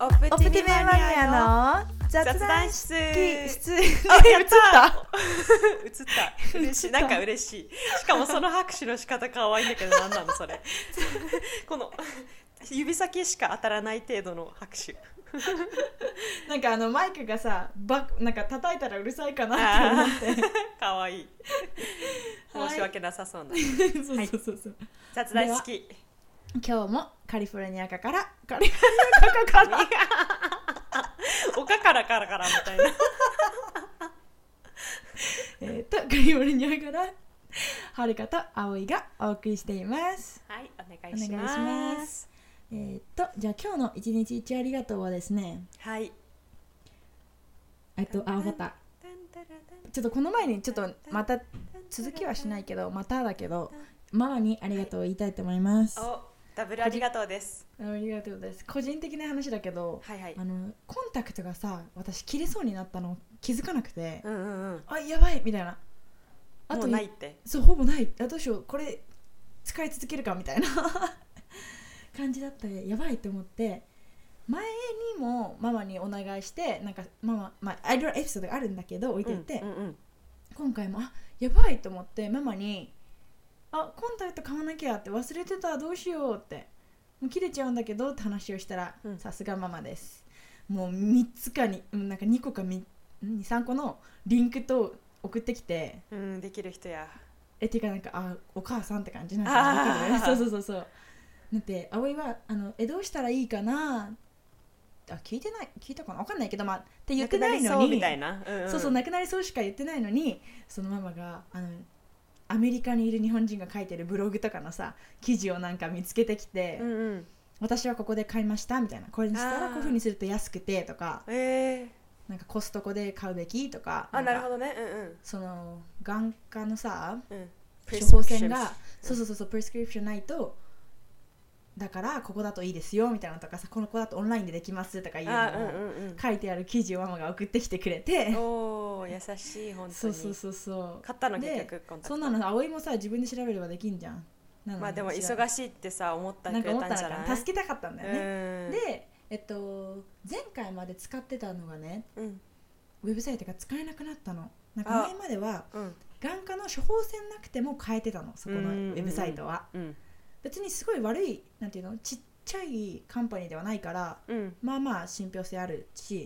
オプティメマニアの雑談室。映った嬉しい、なんか嬉しい。しかもその拍手の仕方可愛いんだけど、何なのそれ。この指先しか当たらない程度の拍手。 なんかマイクがさなんか叩いたらうるさいかなって思って可愛い。申し訳なさそうな。 そう、 雑談式。 今日もカリフォルニアからおかからみたいなカリフォルニアからはるかとあおいがお送りしています。 はい、お願いします。 じゃあ今日の一日一ありがとうはですね、 はい、 分かった。ちょっとこの前にちょっとまた続きはしないけどだけどママにありがとうを言いたいと思います。 ダブルありがとうです。 ありがとうです。個人的な話だけど、 はいはい、 コンタクトがさ私切れそうになったの気づかなくて、 あやばいみたいな、 あともうないって、 そうほぼない、どうしようこれ使い続けるかみたいな感じだったでやばいと思って、前にもママにお願いしてなんかママ、いろいろエピソードがあるんだけど置いてって、今回もやばいと思ってママにコンタクト買わなきゃって忘れてたどうしようってもう切れちゃうんだけどって話をしたら、さすがママです。もう3つかになんか2個か3個のリンクと送ってきて、 できる人やてかなんかお母さんって感じなんかそうだって葵はどうしたらいいかな聞いたかな分かんないけどって言ってないのにみたいな、 そうなくなりそうしか言ってないのに、そのママがアメリカにいる日本人が書いてるブログとかのさ記事をなんか見つけてきて、私はここで買いましたみたいな、これにしたらこういう風にすると安くてとか、なんかコストコで買うべきとか、 なるほどね、 その眼科のさ、 処方箋がそうプレスクリプションないとだからここだといいですよみたいなのとかさ、この子だとオンラインでできますとかいうのを書いてある記事をママが送ってきてくれて、 優しい本当に。 そう買ったの結局コンタクト。 そんなの葵もさ自分で調べればできんじゃん。 でも忙しいってさ思ったくれたんじゃない？ 助けたかったんだよね。で前回まで使ってたのがね、ウェブサイトが使えなくなったの。なんか前までは眼科の処方箋なくても買えてたの、そこのウェブサイトは。別にすごい悪いなんていうのちっちゃいカンパニーではないから、まあ信憑性あるし、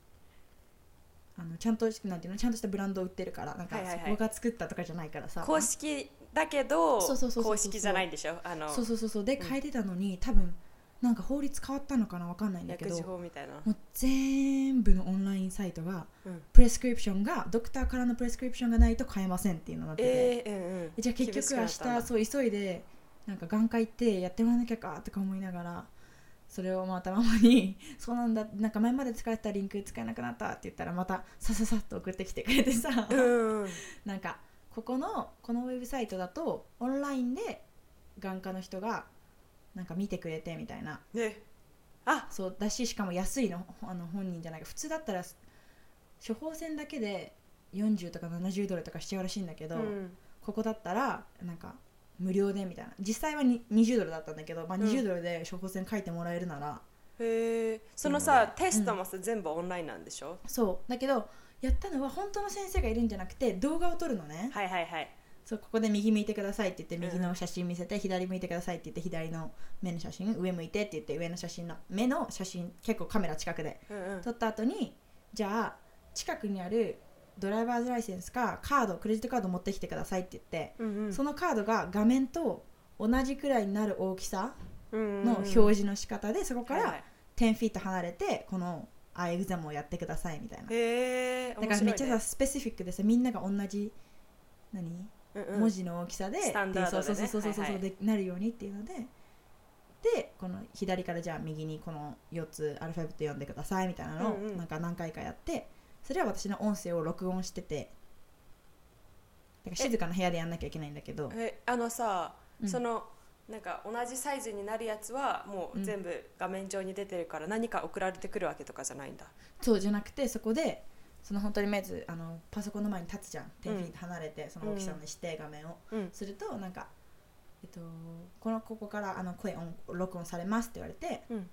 ちゃんとなんていうのちゃんとしたブランドを売ってるから、なんかそこが作ったとかじゃないからさ、 公式だけど公式じゃないんでしょ。 そうで変えてたのに、多分なんか法律変わったのかな分かんないんだけど、 薬事法みたいな、 もう全部のオンラインサイトが、プレスクリプションがドクターからのプレスクリプションがないと買えませんっていうのになってて、じゃあ結局明日急いでなんか眼科行ってやってもらわなきゃかとか思いながら、それをまたママにそうなんだ、なんか前まで使えたリンク使えなくなったって言ったら、またさっと送ってきてくれてさ、なんかこのウェブサイトだとオンラインで眼科の人がなんか見てくれてみたいな、そうだし、しかも安いの、本人じゃないか、普通だったら処方箋だけで40とか70ドルとかしちゃうらしいんだけど、ここだったらなんか無料でみたいな、実際は20ドルだったんだけど、20ドルで処方箋書いてもらえるなら、 そのさテストもさ、全部オンラインなんでしょ。 そうだけどやったのは本当の先生がいるんじゃなくて動画を撮るのね。そうここで右向いてくださいって言って右の写真見せて、左向いてくださいって言って左の目の写真、上向いてって言って上の写真の目の写真、結構カメラ近くで撮った後に、じゃあ近くにあるドライバーズライセンスかカード、クレジットカード持ってきてくださいって言って、そのカードが画面と同じくらいになる大きさの表示の仕方で、そこから10フィート離れてこのアイエグザムをやってくださいみたいな。だからめっちゃさスペシフィックでさ、みんなが同じ文字の大きさで、 スタンダードでね、 そうでなるようにっていうので、この左からじゃあ右にこの4つアルファベット読んでくださいみたいなのをなんか何回かやって、それは私の音声を録音してて、だから静かな部屋でやんなきゃいけないんだけど、 そのなんか同じサイズになるやつはもう全部画面上に出てるから、何か送られてくるわけとかじゃないんだ。 そうじゃなくて、そこでその本当にまずパソコンの前に立つじゃん、10フィート離れてその大きさにして画面を、するとなんかここから声録音されますって言われて、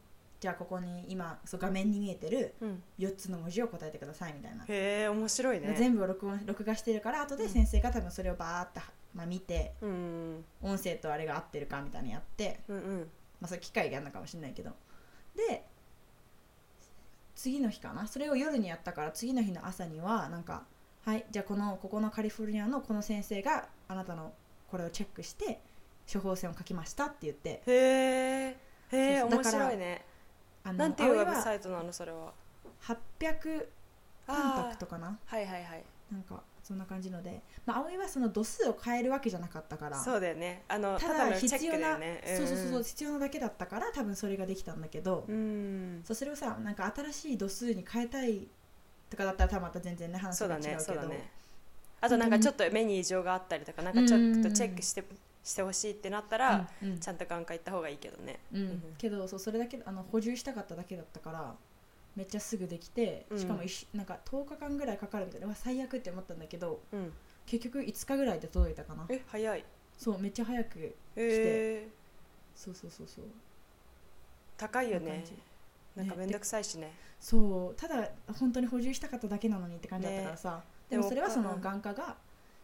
じゃあここに今そう画面に見えてる4つの文字を答えてくださいみたいな、 へえ面白いね。 全部録画してるから後で先生が多分それをバーッと、見て、音声とあれが合ってるかみたいにやって、そういう機械がやるのかもしれないけど、で次の日かな、それを夜にやったから次の日の朝にはなんか、はいじゃあここのカリフォルニアのこの先生があなたのこれをチェックして処方箋を書きましたって言って、 へえ面白いね。なんていうウェブサイトなのそれは。 800コンタクトかな、 はいはいはい、 なんかそんな感じので、葵はその度数を変えるわけじゃなかったから、 そうだよね、ただ必要な、そう必要なだけだったから多分それができたんだけど、それをさなんか新しい度数に変えたいとかだったらまた全然ね話が違うけど、そうだね、 あとなんかちょっと目に異常があったりとかなんかちょっとチェックしてほしいってなったら、ちゃんと眼科行った方がいいけどね、 けどそれだけ補充したかっただけだったからめっちゃすぐできて、しかもなんか10日間ぐらいかかるみたいな、最悪って思ったんだけど、結局5日ぐらいで届いたかな。 早い。 そうめっちゃ早く来て、そう高いよね。なんかめんどくさいしね。 そうただ本当に補充したかっただけなのにって感じだったからさ、でもそれはその眼科が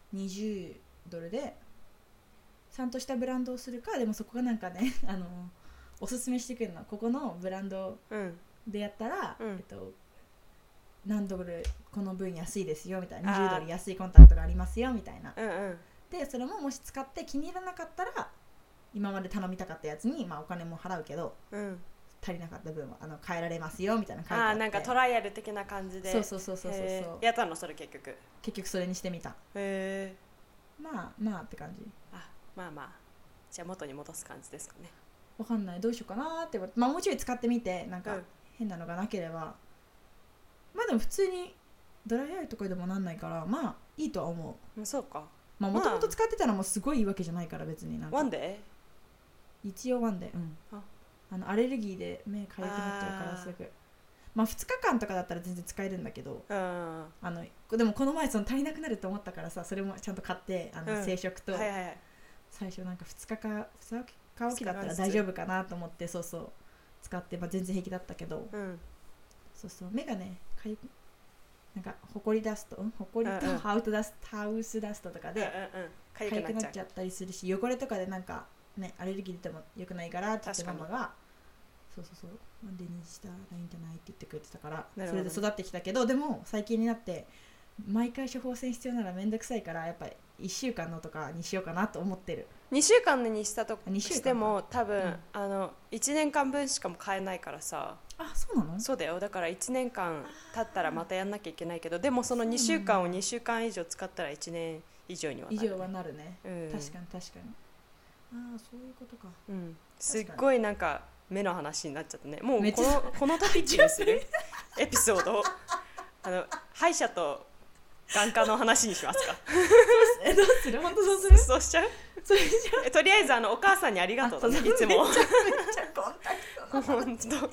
$20でちゃんとしたブランドをするか、でもそこがなんかねおすすめしてくれるの、ここのブランドでやったら、何ドルこの分安いですよみたいな、$20安いコンタクトがありますよみたいな、でそれももし使って気に入らなかったら今まで頼みたかったやつに、お金も払うけど、足りなかった分は変えられますよみたいな書いてあって、 なんかトライアル的な感じで、 そうやったのそれ結局それにしてみた。 へえ、 まあって感じ。 まあじゃあ元に戻す感じですかね。 わかんない、どうしようかなって、もうちょい使ってみてなんか変なのがなければ、でも普通にドライアイとかでもなんないからいいとは思う。そうか。 もともと使ってたらもうすごいいいわけじゃないから別になんか。 ワンデー？一応ワンデー。アレルギーで目かゆくなっちゃうからすぐ。2日間とかだったら全然使えるんだけど、でもこの前その足りなくなると思ったからさ、それもちゃんと買って生食と、最初なんか2日おきだったら大丈夫かなと思って使って、全然平気だったけど、目がねかゆくなんかほこり出すとハウスダストとかでかゆくなっちゃったりするし、汚れとかでなんかねアレルギー出ても良くないからって言ってママがなんでにしたらいいんじゃないって言ってくれてたから、それで育ってきたけど、でも最近になって毎回処方箋必要ならめんどくさいから、やっぱり1週間のとかにしようかなと思ってる。 2週間にしたとしても多分、1年間分しかも買えないからさ。 そうなの？ そうだよ。だから1年間経ったらまたやんなきゃいけないけど、でもその2週間を2週間以上使ったら1年以上にはなるね。確かにそういうことか。 すっごいなんか目の話になっちゃったね。もうこのトピックにするエピソード歯医者と眼科の話にしますか。 どうする？本当そうする？ そうしちゃう？とりあえずお母さんにありがとうだね、いつも。 めっちゃコンタクト。 本当。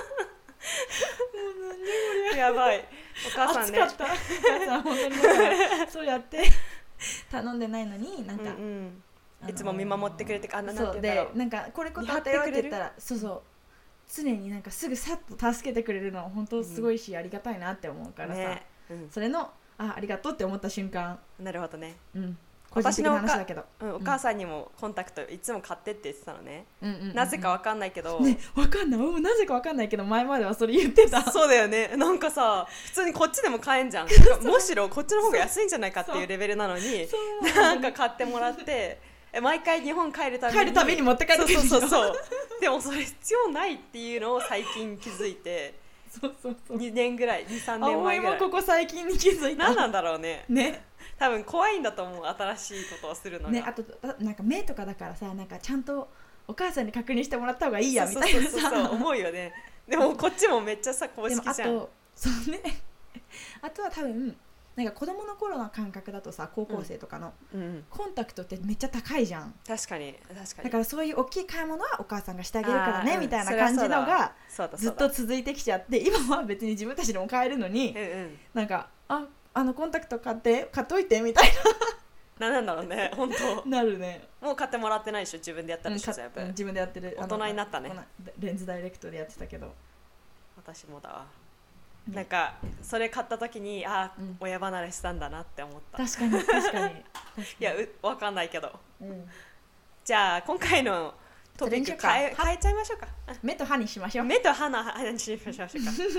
やばい。お母さんね。 暑かった。お母さん本当にそうやって頼んでないのになんか、 いつも見守ってくれて、 そうでなんかこれこってよって言ったら常になんかすぐさっと助けてくれるのは本当すごいし、ありがたいなって思うからさ、それのありがとうって思った瞬間。 なるほどね。 私の話だけど、 お母さんにもコンタクトいつも買ってって言ってたのね。なぜかわかんないけど、 わかんない、なぜかわかんないけど前まではそれ言ってた。 そうだよね。なんかさ普通にこっちでも買えんじゃん。むしろこっちの方が安いんじゃないかっていうレベルなのになんか買ってもらって毎回日本帰るたびに持って帰ってくる。 そうでもそれ必要ないっていうのを最近気づいて、2年ぐらい 2,3 年前ぐらい。 ここ最近に気づいた。 何なんだろうね。多分怖いんだと思う、新しいことをするのが。 あとなんか目とかだからさ、なんかちゃんとお母さんに確認してもらった方がいいやみたいなさ、 思うよね。でもこっちもめっちゃさ公式じゃん。 あとは多分なんか子供の頃の感覚だとさ、高校生とかの、コンタクトってめっちゃ高いじゃん。 確かにだからそういう大きい買い物はお母さんがしてあげるからねみたいな感じのがずっと続いてきちゃって、今は別に自分たちでも買えるのに、なんかコンタクト買っといてみたいなんだろうね本当なるね。 もう買ってもらってないでしょ自分でやったでしょ、全部自分でやってる。 大人になったね。 レンズダイレクトでやってたけど。 私もだわ、なんかそれ買った時に親離れしたんだなって思った。 確かに確かにいやわかんないけど、 じゃあ今回のトピック変えちゃいましょうか。 目と歯にしましょう。 目と歯の話にしましょうか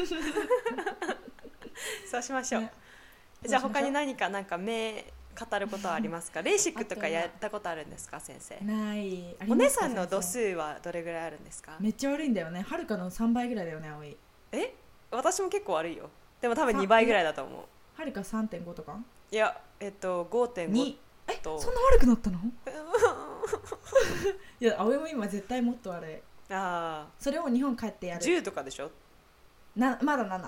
そうしましょう、ね、じゃあ他に何か目語ることはありますか？レーシックとかやったことあるんですか先生？ ない。 お姉さんの度数はどれぐらいあるんですか？ めっちゃ悪いんだよね。はるかの3倍ぐらいだよね。葵、 私も結構悪いよ。でも多分2倍ぐらいだと思う。 はるか 3.5 とか？ いや5.5 と。 そんな悪くなったの？いや葵も今絶対もっと悪い。それを日本帰ってやる。 10とかでしょ。 まだ7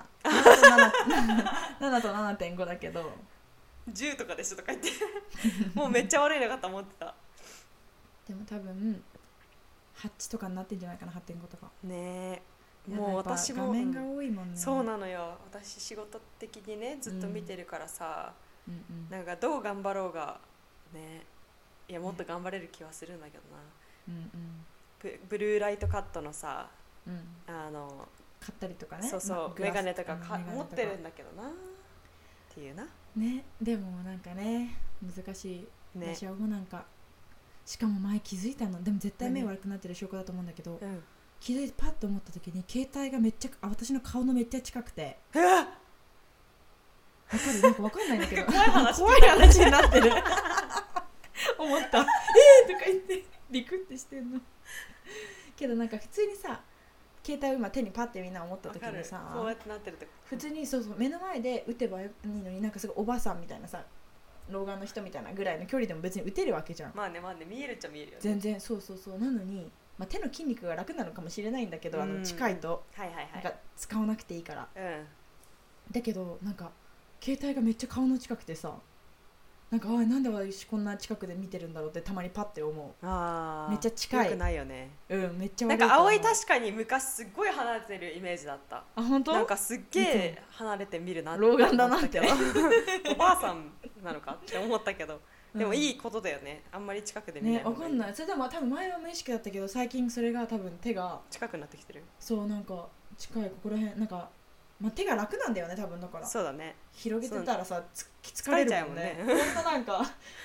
と 7.5 だけど 10とかでしょとか言ってもうめっちゃ悪いのかと思ってた。 でも多分8とかになってんじゃないかな。 8.5 とかねえ。もう私も画面が多いもんね。 そうなのよ。私仕事的にねずっと見てるからさ、なんかどう頑張ろうがね、いやもっと頑張れる気はするんだけどな、ブルーライトカットのさ、 買ったりとかね。 そうそう、メガネとか持ってるんだけどなっていうな。 ね、でもなんかね難しい。私はもうなんかしかも前気づいたの。でも絶対目悪くなってる証拠だと思うんだけど、気づいてパッと思った時に携帯がめっちゃ私の顔のめっちゃ近くて、わかる？なんかわかんないんだけど怖い話になってる思ったとか言ってビクってしてんのけどなんか普通にさ携帯を今手にパッてみんな思った時にさ、 こうやってなってるって普通にそう目の前で打てばいいのに、なんかすごいおばさんみたいなさ老眼の人みたいなぐらいの距離でも別に打てるわけじゃん。 まあね見えるっちゃ見えるよね。 全然そうなのに、手の筋肉が楽なのかもしれないんだけど、近いと、なんか使わなくていいから、だけどなんか携帯がめっちゃ顔の近くてさ、なんかなんで私こんな近くで見てるんだろうってたまにパッて思う。めっちゃ近い。 よくないよね。 めっちゃ悪い。 なんか葵確かに昔すっごい離れてるイメージだった。 本当？ なんかすっげえ離れて見るなって老眼だなっておばあさんなのかって思ったけど、でもいいことだよね。あんまり近くで見ない方がいい。 わかんない。それでも多分前は無意識だったけど最近それが多分手が近くなってきてる。 そうなんか近いここら辺なんか。手が楽なんだよね多分。だからそうだね。 広げてたらさ疲れるもんね。 ほんとなんか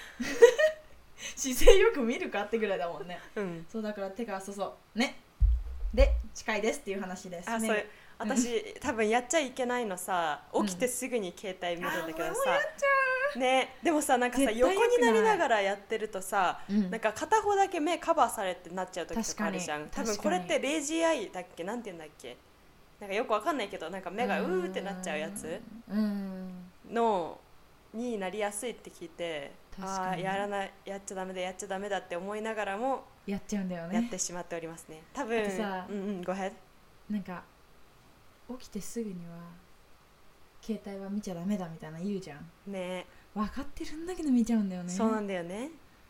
姿勢よく見るかってぐらいだもんね。そうだから手がそうねで近いですっていう話です。 それ私多分やっちゃいけないのさ、起きてすぐに携帯見るんだけどさ、ね、でもさなんかさ横になりながらやってるとさ、なんか片方だけ目カバーされてなっちゃう時とかあるじゃん。多分これってレイジーアイだっけ、なんて言うんだっけ、なんかよくわかんないけど、なんか目がうーってなっちゃうやつのになりやすいって聞いて、やっちゃダメだって思いながらもやっちゃうんだよね。 やってしまっておりますね。多分さ、 ごめん。 なんか起きてすぐには携帯は見ちゃダメだみたいな言うじゃんね。 分かってるんだけど見ちゃうんだよね。 そうなんだよね。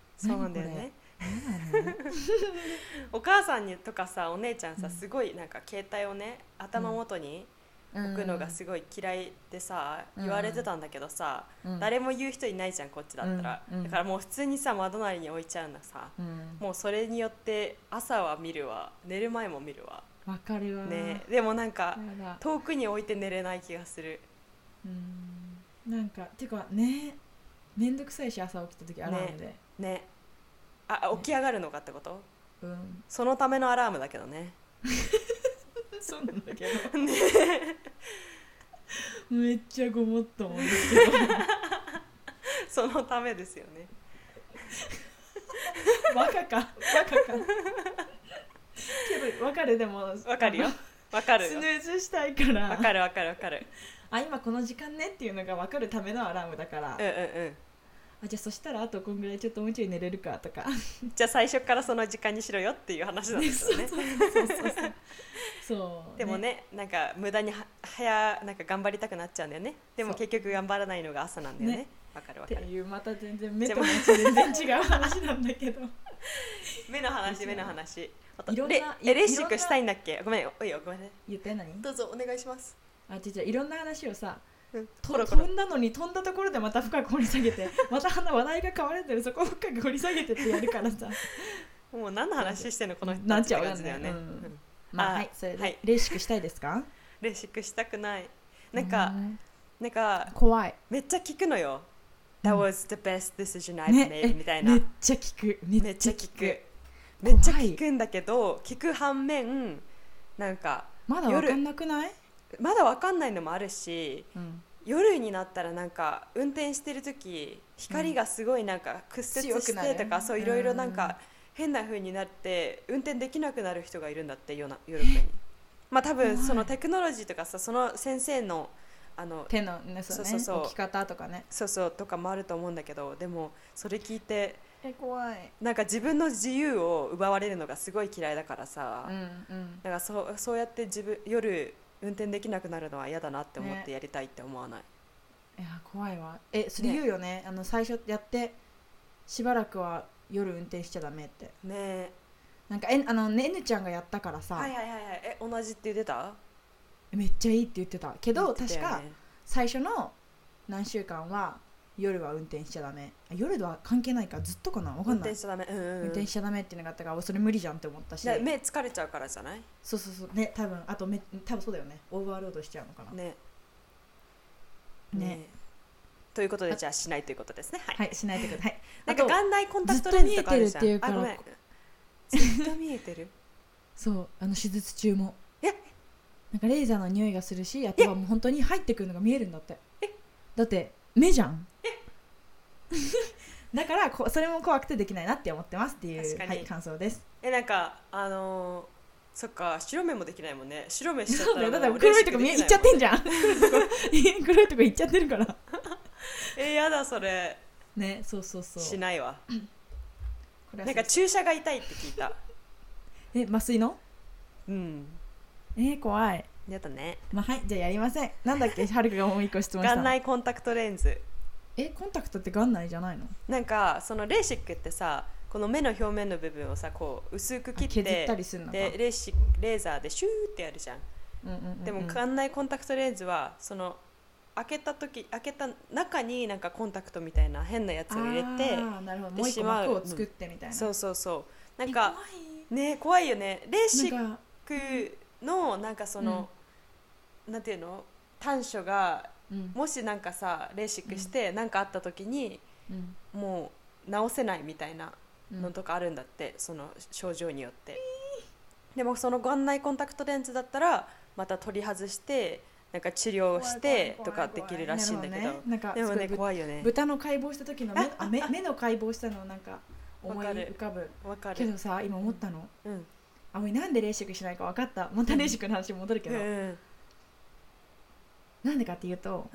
お母さんにとかさ、お姉ちゃんさ、すごいなんか携帯をね頭元に置くのがすごい嫌いでさ、言われてたんだけどさ、誰も言う人いないじゃんこっちだったら、だからもう普通にさ窓なりに置いちゃうんださ、もうそれによって朝は見るわ、寝る前も見るわ。 わかるわね。でもなんか遠くに置いて寝れない気がする。 なんかてかね、めんどくさいし朝起きた時アラームでね。起き上がるのかってこと？そのためのアラームだけどね。 そうなんだけどね。めっちゃごもっともんですけどそのためですよね。 バカかけど分かる。でも分かるよ、分かるよ。 スヌーズしたいから分かる今この時間ねっていうのが分かるためのアラームだから、じゃあそしたらあとこんぐらいちょっともうちょい寝れるかとかじゃあ最初からその時間にしろよっていう話なんですよね。 そうでもね、なんか無駄になんか頑張りたくなっちゃうんだよね。でも結局頑張らないのが朝なんだよね。わかるっていうまた全然目と全然違う話なんだけど目の話レーシックしたいんだっけ。ごめん、いいよ、ごめんね。 言って。何？ どうぞお願いします。 いろんな話をさ飛んだのに飛んだところでまた深く掘り下げてまた話題が変わるんだよ、そこを深く掘り下げてってやるからさもう何の話してんのこの人なっちゃう感じだよね、 まあはい、それでレーシックしたいですか？ レーシックしたくない。なんか怖い、 めっちゃ聞くのよ、That was the best decision I've made みたいな。 めっちゃ聞く、 めっちゃ聞くんだけど、聞く反面なんかまだ分かんなくない？ まだ分かんないのもあるし、夜になったらなんか運転してる時光がすごいなんか屈折してとか、そういろいろなんか変な風になって運転できなくなる人がいるんだって、夜に。まあ多分そのテクノロジーとかさ、その先生の手のね、そう置き方とかね、 そうとかもあると思うんだけど、でもそれ聞いて怖い、 なんか自分の自由を奪われるのがすごい嫌いだからさ、だからそうやって夜運転できなくなるのは嫌だなって思ってやりたいって思わない？ いや怖いわ。それ言うよね、最初やってしばらくは夜運転しちゃダメってね。 なんかN ちゃんがやったからさ、 同じって言ってた？ めっちゃいいって言ってたけど、確か最初の何週間は夜は運転しちゃダメ、夜は関係ないか、ずっとかな、分かんない、運転しちゃダメ、運転しちゃダメっていうのがあったから、それ無理じゃんって思ったし、 目疲れちゃうからじゃない？ そうね、多分そうだよね、オーバーロードしちゃうのかなね。 ということで、じゃあしないということですね。 はい、しないということ。はい、 なんか眼内コンタクトレンズとかあるじゃん。ずっと見えてるっていうから、ずっと見えてるそう手術中もなんかレーザーの匂いがするし、あとはもう本当に入ってくるのが見えるんだって。だって目じゃんだからそれも怖くてできないなって思ってますっていう、はい、感想です。 なんかそっか、白目もできないもんね。白目しちゃったらだって黒いとこいっちゃってんじゃん黒いとこいっちゃってるからやだそれね。そうしないわなんか注射が痛いって聞いた麻酔の？怖い。 やだね。 はい、じゃあやりません。なんだっけ、はるかがもう一個質問したの。 眼内コンタクトレンズ。 コンタクトって眼内じゃないの？ なんかそのレーシックってさ、この目の表面の部分をさ、こう薄く切って削ったりするのか。 でレーザーでシューってやるじゃん。でも眼内コンタクトレンズはその開けた中になんかコンタクトみたいな変なやつを入れて、 なるほど、もう一個膜を作ってみたいな。 そうなんかね、怖いよね。レーシックのなんかその、なんていうの、短所が、もしなんかさレーシックしてなんかあった時に、もう治せないみたいなのとかあるんだって、その症状によって。でもその眼内コンタクトレンズだったらまた取り外してなんか治療してとかできるらしいんだけど、でもね怖いよね。 豚の解剖した時の目の解剖したのをなんか思い浮かぶ。けどさ、今思ったの、葵なんでレーシックしないか分かった。またレーシックの話に戻るけど、なんでかっていうと、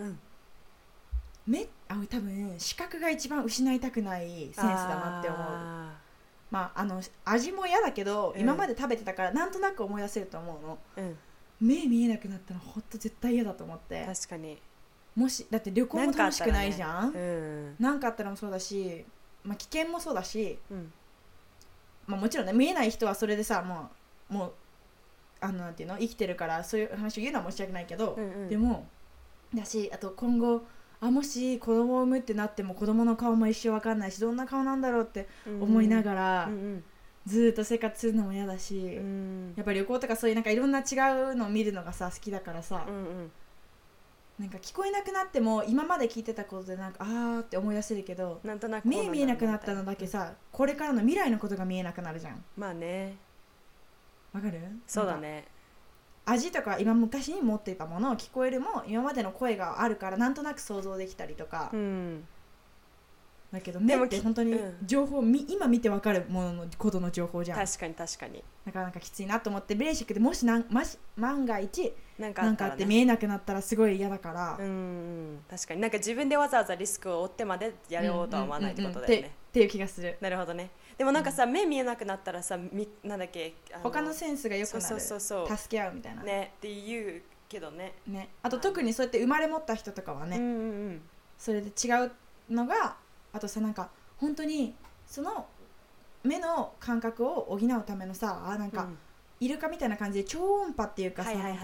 葵多分視覚が一番失いたくないセンスだなって思う。まあ味も嫌だけど、今まで食べてたからなんとなく思い出せると思うの。目見えなくなったらほんと絶対嫌だと思って。 確かに。 もしだって旅行も楽しくないじゃん。なんかあったらもそうだし、危険もそうだし、もちろんね、見えない人はそれでさ、もうなんていうの、生きてるからそういう話を言うのは申し訳ないけど、でもだし、あと今後もし子供を産むってなっても子供の顔も一生わかんないし、どんな顔なんだろうって思いながら、ずっと生活するのも嫌だし、やっぱり旅行とかそういうなんかいろんな違うのを見るのがさ好きだからさ、なんか聞こえなくなっても今まで聞いてたことでなんかって思い出せるけど、 なんとなく目見えなくなったのだけさ、これからの未来のことが見えなくなるじゃん。 まあね。 わかる？ そうだね。 味とか今昔に持っていたものを聞こえるも今までの声があるからなんとなく想像できたりとか、だけど目って本当に情報、今見て分かるもののことの情報じゃん。 確かに確かに。 なかなかきついなと思って、ベーシックでもし万が一なんかあって見えなくなったらすごい嫌だから、 確かになんか自分でわざわざリスクを負ってまでやろうとは思わないってことだよね。 っていう気がする。 なるほどね。でもなんかさ、目見えなくなったらさ、なんだっけ、 他のセンスが良くなる、助け合うみたいなねって言うけどね。 あと特にそうやって生まれ持った人とかはね、それで違うのが、あとさ、なんか本当にその目の感覚を補うためのさ、なんかイルカみたいな感じで超音波っていうかさ、なんか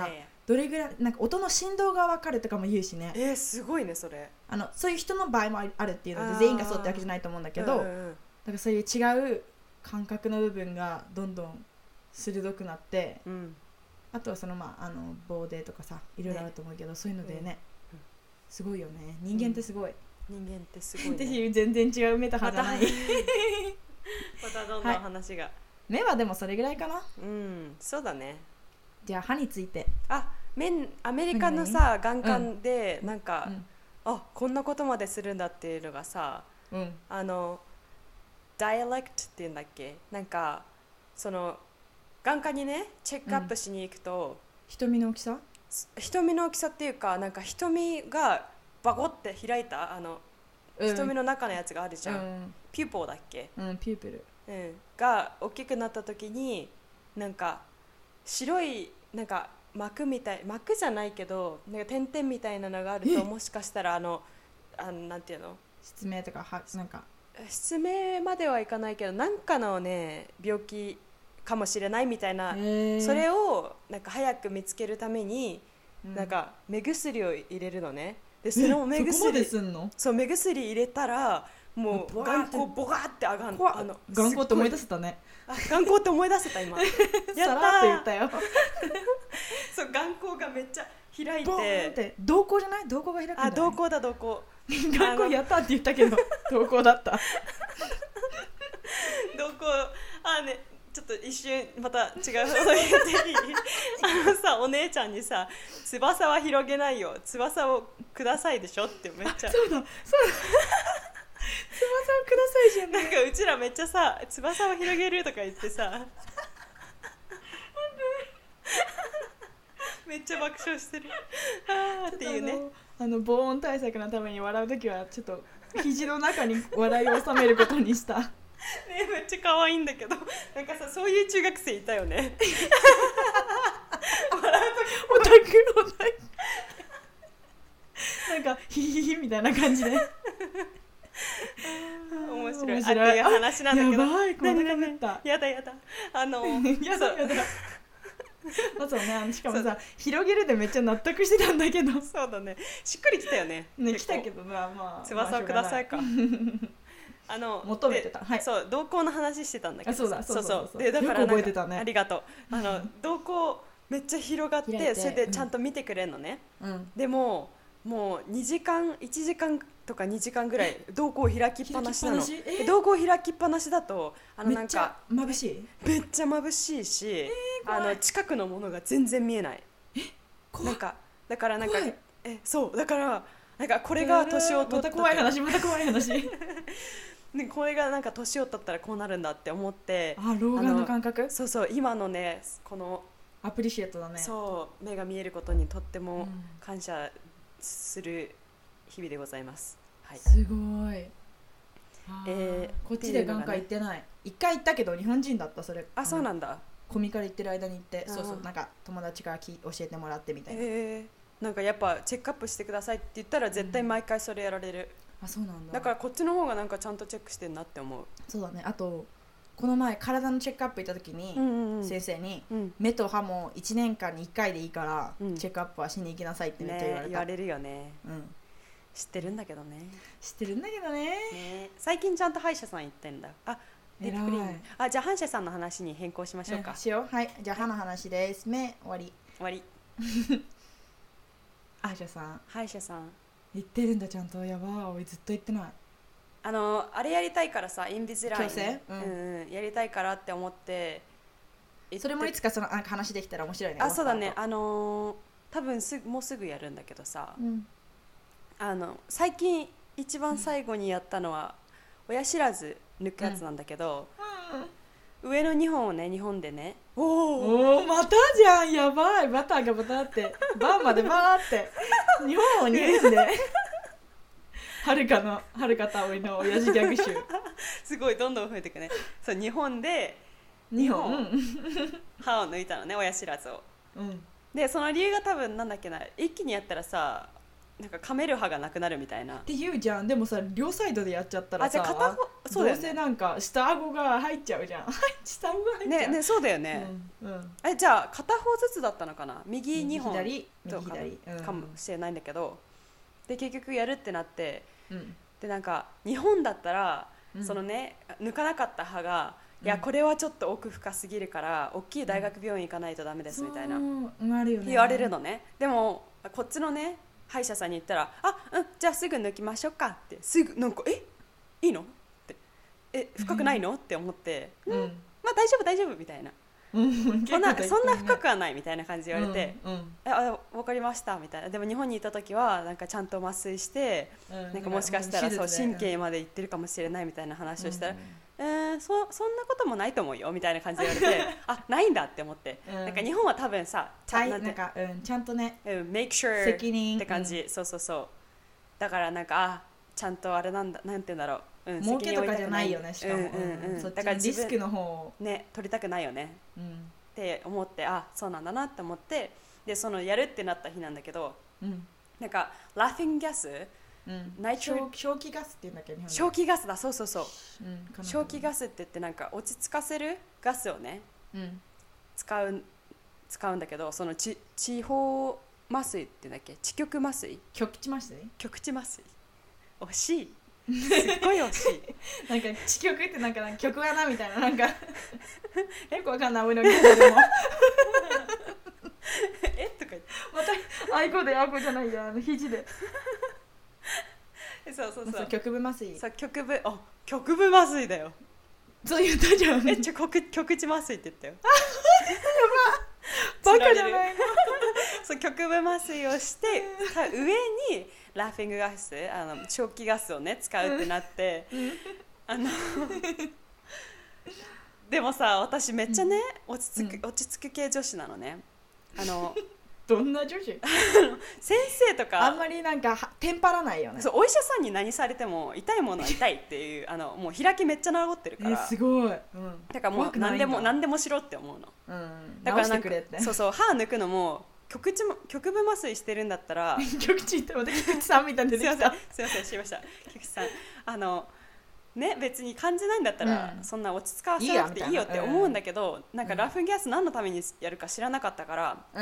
どれぐらいなんか音の振動が分かるとかも言うしね。 すごいねそれ。 そういう人の場合もあるっていうので全員がそうってわけじゃないと思うんだけど、だからそういう違う感覚の部分がどんどん鋭くなって、あとはその棒でとかさいろいろあると思うけど、そういうのでね、すごいよね。人間ってすごい。 人間ってすごいね。 っていう全然違うメタファーじゃない。 またどんどん話が。 目はでもそれぐらいかな。 そうだね。 じゃあ歯について。 アメリカのさ眼科でなんか、こんなことまでするんだっていうのがさ、ダイアレクトっていうんだっけ、なんかその眼科にねチェックアップしに行くと、 瞳の大きさっていうか、なんか瞳がバコって開いた瞳の中のやつがあるじゃん、ピューポーだっけ、 ピュープル、 が大きくなった時になんか白いなんか膜じゃないけどなんか点々みたいなのがあると、もしかしたらなんていうの、 失明とかなんか失明まではいかないけどなんかのね病気かもしれないみたいな、それをなんか早く見つけるために、なんか目薬を入れるのね。でその目薬そこまですんの？ そう、目薬入れたらもう眼光ボガーって上がるの。 眼光って思い出せたね。 眼光って思い出せた今。やったー。 さらって言ったよ。 そう、眼光がめっちゃ開いて。 ボーンって。瞳孔じゃない？瞳孔が開くんだよね。 瞳孔だ瞳孔。 眼光やったって言ったけど瞳孔だった。 瞳孔ね。ちょっと一瞬また違うこと言っていい？さ、お姉ちゃんにさ、翼は広げないよ、翼をくださいでしょってめっちゃ。 そうだ翼をくださいじゃん。 なんかうちらめっちゃさ、翼を広げるとか言ってさめっちゃ爆笑してるっていうね。 防音対策のために笑うときはちょっと肘の中に笑いを収めることにした。 ね、めっちゃ可愛いんだけど、なんかさ、そういう中学生いたよね。笑うときオタクなんかヒヒヒみたいな感じで面白いっていう話なんだけど、 やばい、こんなかぶった。 やだやだそうね、しかもさ広げるでめっちゃ納得してたんだけど。 そうだね、しっくりきたよね。 来たけどな、まあ翼をくださいか。 求めてた。はい。 そう、瞳孔の話してたんだけどさ。 そうでだからよく覚えてたね。 ありがとう。瞳孔めっちゃ広がって、それでちゃんと見てくれるのね。でもう1時間とか2時間ぐらい瞳孔開きっぱなしなの。瞳孔開きっぱなしだとなんか眩しい？ めっちゃ眩しいし、近くのものが全然見えない。なんかだからなんかそうだからなんかこれが年を取った。 また怖い話。 でこれがなんか年を取ったらこうなるんだって思って、 老眼の感覚。 そう今のね、このアプリシエットだね。 そう目が見えることにとっても感謝する日々でございます。はい。 すごい。こっちで眼科行ってない。一回行ったけど日本人だった。それ。 そうなんだ。 コミカル行ってる間に行って、そうなんか友達から教えてもらってみたいな。 なんかやっぱチェックアップしてくださいって言ったら絶対毎回それやられる。 そうなんだ。 だからこっちの方がなんかちゃんとチェックしてんなって思う。 そうだね。あとこの前体のチェックアップ行った時に、先生に、目と歯も1年間に1回でいいから、チェックアップはしに行きなさいってめっちゃ言われた。 言われるよね。知ってるんだけどね。最近ちゃんと歯医者さん行ってんだ。じゃあ歯医者さんの話に変更しましょうか。 はい。じゃあ歯の話です。目終わり。歯医者さん行ってるんだちゃんと。やばー、俺ずっと行ってない。 あれやりたいからさ、インビズライン、 矯正、 やりたいからって思って。 それもいつかその話できたら面白いね。 そうだね。多分もうすぐやるんだけどさ、最近一番最後にやったのは親知らず抜くやつなんだけど、上の2本をね、日本でね。 おお、またじゃん。やばい。バターがバターってバーまでバーって日本を2本ではるかたおりの親父ギャグ集すごいどんどん増えていくね。そう、日本で2本歯を抜いたのね、親知らずを。でその理由が多分なんだっけな、一気にやったらさなんか噛める歯がなくなるみたいなって言うじゃん。でもさ両サイドでやっちゃったらさ、 じゃあ片方そうだよね、 どうせなんか下顎が入っちゃうじゃん下顎が入っちゃうねそうだよね、じゃあ片方ずつだったのかな、右2本右左かもしれないんだけど、で結局やるってなって、でなんか日本だったら、そのね抜かなかった歯がいやこれはちょっと奥深すぎるから大きい大学病院行かないとダメですみたいな言われるのね。でもこっちのね歯医者さんに言ったらじゃあすぐ抜きましょうかってすぐなんかいいのって深くないのって思って、まあ大丈夫みたいな、そんな深くはないみたいな感じで言われて、分かりましたみたいな。でも日本にいた時はなんかちゃんと麻酔して、なんかもしかしたらそう神経までいってるかもしれないみたいな話をしたら、そんなこともないと思うよみたいな感じで言われてないんだって思って、なんか日本は多分さちゃんとね、 make sure 責任って感じ、そうだからなんかちゃんとあれなんだ、なんて言うんだろう、 儲けとかじゃないよね、しかも、そっちのリスクの方をね取りたくないよね、って思って、そうなんだなって思って、でそのやるってなった日なんだけど、なんかラフィングガス、 正気ガスって言うんだっけ、日本で正気ガスだ、そう、正気ガスって言ってなんか落ち着かせるガスをね、使うんだけど、その地方麻酔って言うんだっけ、地極麻酔、 極地麻酔惜しい、すっごい惜しいなんか地極ってなんか曲がなみたいな、なんかよくわかんない俺の言葉でもとか言ってまたあいこであこじゃないじゃん、肘でそう局部麻酔、 そう局部麻酔だよ、 そう言ったじゃん、 極地麻酔って言ったよバカじゃないのそう局部麻酔をして上にラフィングガス、正気ガスをね使うってなってでもさ私めっちゃね、落ち着く系女子なのね。 どんな女子先生とかあんまりなんかテンパらないよね。 そう、お医者さんに何されても痛いものは痛いっていうもう開きめっちゃ習ってるから、 すごい、 だからもう何でもしろって思うの、 だからなんかそう歯抜くのも局部麻酔してるんだったら局地って菊池さんみたいに出てきたすいませんしました菊池さんね、別に感じないんだったら、そんな落ち着かせなくていいよって思うんだけど、なんかラフィングガス何のためにやるか知らなかったから、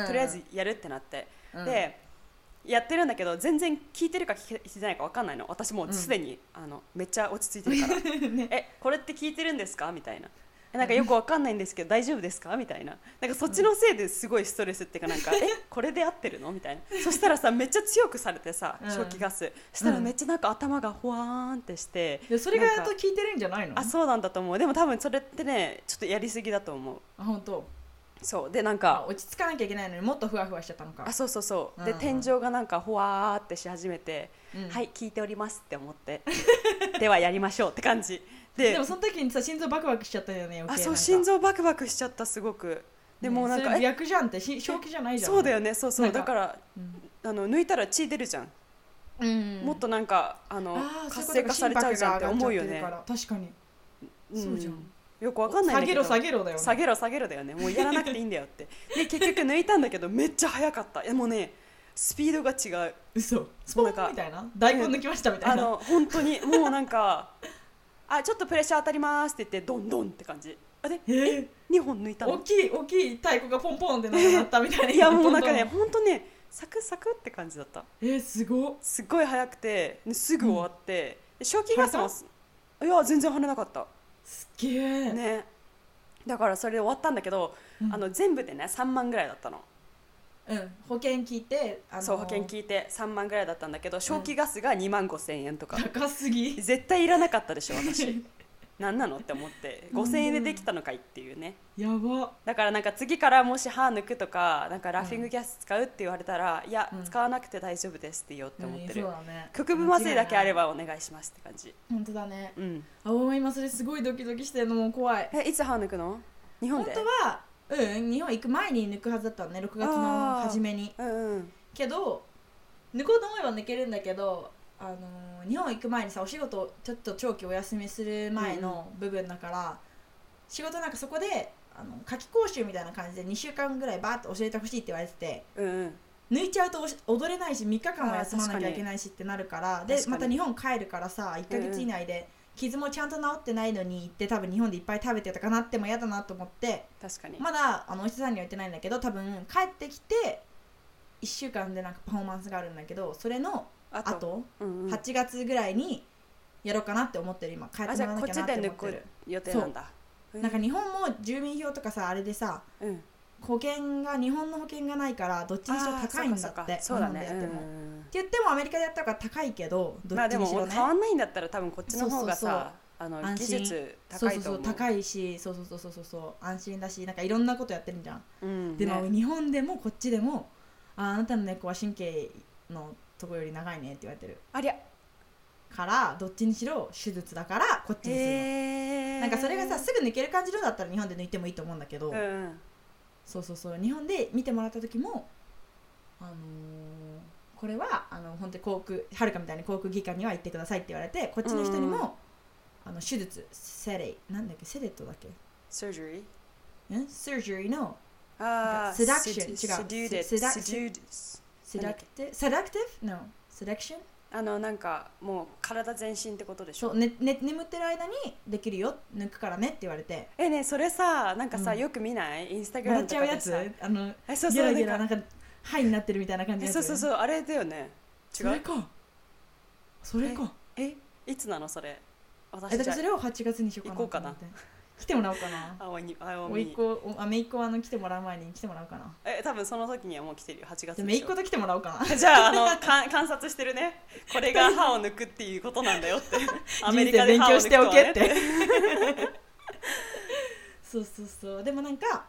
とりあえずやるってなって、でやってるんだけど全然聞いてるか聞いてないか分かんないの。私もうすでに、めっちゃ落ち着いてるからこれって聞いてるんですかみたいな、なんかよく分かんないんですけど大丈夫ですかみたいな、なんかそっちのせいですごいストレスっていうか、なんかこれで合ってるのみたいなそしたらさめっちゃ強くされてさ、正気ガスしたらめっちゃなんか頭がほわーんってして、 それがやっと効いてるんじゃないの？ そうなんだと思う。でも多分それってねちょっとやりすぎだと思う。 本当？ そうでなんか落ち着かなきゃいけないのにもっとふわふわしちゃったのか。 そう、で天井がなんかほわーってし始めて、はい聞いておりますって思ってではやりましょうって感じでもその時にさ心臓バクバクしちゃったよね。 そう心臓バクバクしちゃった、すごく。でもなんかそれ逆じゃんって、正気じゃないじゃん。 そうだよね、そうだから、抜いたら血出るじゃん、もっとなんか活性化されちゃうじゃんって思うよね。 確かに、そうじゃん。 よくわかんないんだけど下げろだよね。 下げろだよね、もうやらなくていいんだよってで結局抜いたんだけどめっちゃ速かった。もうねスピードが違う。 嘘、スポンみたいな、大根抜きましたみたいな、 本当にもうなんかちょっとプレッシャー当たりますって言ってドンドンって感じ。2本抜いたの。 大きい太鼓がポンポンってなったみたいな。 いやもうなんかね本当ねサクサクって感じだった。すごい速くてすぐ終わって、正気ガスもいや全然跳ねなかった。 すっげえね。だからそれで終わったんだけど、全部でね3万ぐらいだったの。 保険聞いて、 そう保険聞いて3万ぐらいだったんだけど、正気ガスが2万5千円とか、 高すぎ。 絶対いらなかったでしょ私何なのって思って5千円でできたのかいっていうね。 やば。 だからなんか次からもし歯抜くとかなんかラフィングガス使うって言われたら、いや使わなくて大丈夫ですって言おうって思ってる。局部麻酔だけあればお願いしますって感じ。 本当だね。今それすごいドキドキしてるのも怖い。 いつ歯抜くの？日本で？ 本当は日本行く前に抜くはずだったのね、6月の初めに。けど抜こうと思えば抜けるんだけど、日本行く前にさお仕事ちょっと長期お休みする前の部分だから、仕事なんかそこで夏期講習みたいな感じで2週間ぐらいバーッと教えてほしいって言われてて、 抜いちゃうと踊れないし3日間は休まなきゃいけないしってなるからでまた日本帰るからさ1ヶ月以内で傷もちゃんと治ってないのに行って多分日本でいっぱい食べてたかなっても嫌だなと思って確かにまだお医者さんには言ってないんだけど多分帰ってきて1週間でなんかパフォーマンスがあるんだけどそれのあと、8月ぐらいにやろうかなって思ってる今帰ってもらわなきゃなって思ってる。 じゃあこっちで抜く予定なんだ。 なんか日本も住民票とかさあれでさ、保険が日本の保険がないからどっちにしろ高いんだってそうだねって言ってもアメリカでやったから高いけどどっちにしろね、 まあでも変わんないんだったら多分こっちの方がさ技術高いと思う。 高いしそう安心だしなんかいろんなことやってるじゃん、でも日本でもこっちでもあなたの猫は神経のとこより長いねって言われてるありゃからどっちにしろ手術だからこっちにするの、なんかそれがさすぐ抜ける感じのだったら日本で抜いてもいいと思うんだけど、そう日本で見てもらった時もこれは本当にはるかみたいに航空技科には行ってくださいって言われてこっちの人にも、手術なんだっけセレットだっけサージュリーサージュリーのセダクション違うセダクティブなんかもう体全身ってことでしょ。 そう、眠ってる間にできるよ抜くからねって言われてねそれさなんかさ、よく見ないインスタグラムとかでさ笑っちゃうやつゲラゲラなんかハイになってるみたいな感じのやつそうあれだよね。違うそれかいつなのそれ。 私だからそれを8月にしようかな。 行こうかな。 来てもらおうかな。めいっ子来てもらう前に来てもらおうかな。 多分その時にはもう来てるよ。8月でしょ。 めいっ子と来てもらおうかな。 じゃあ観察してるね。これが歯を抜くっていうことなんだよってアメリカで歯を抜くとはねって。 そうでもなんか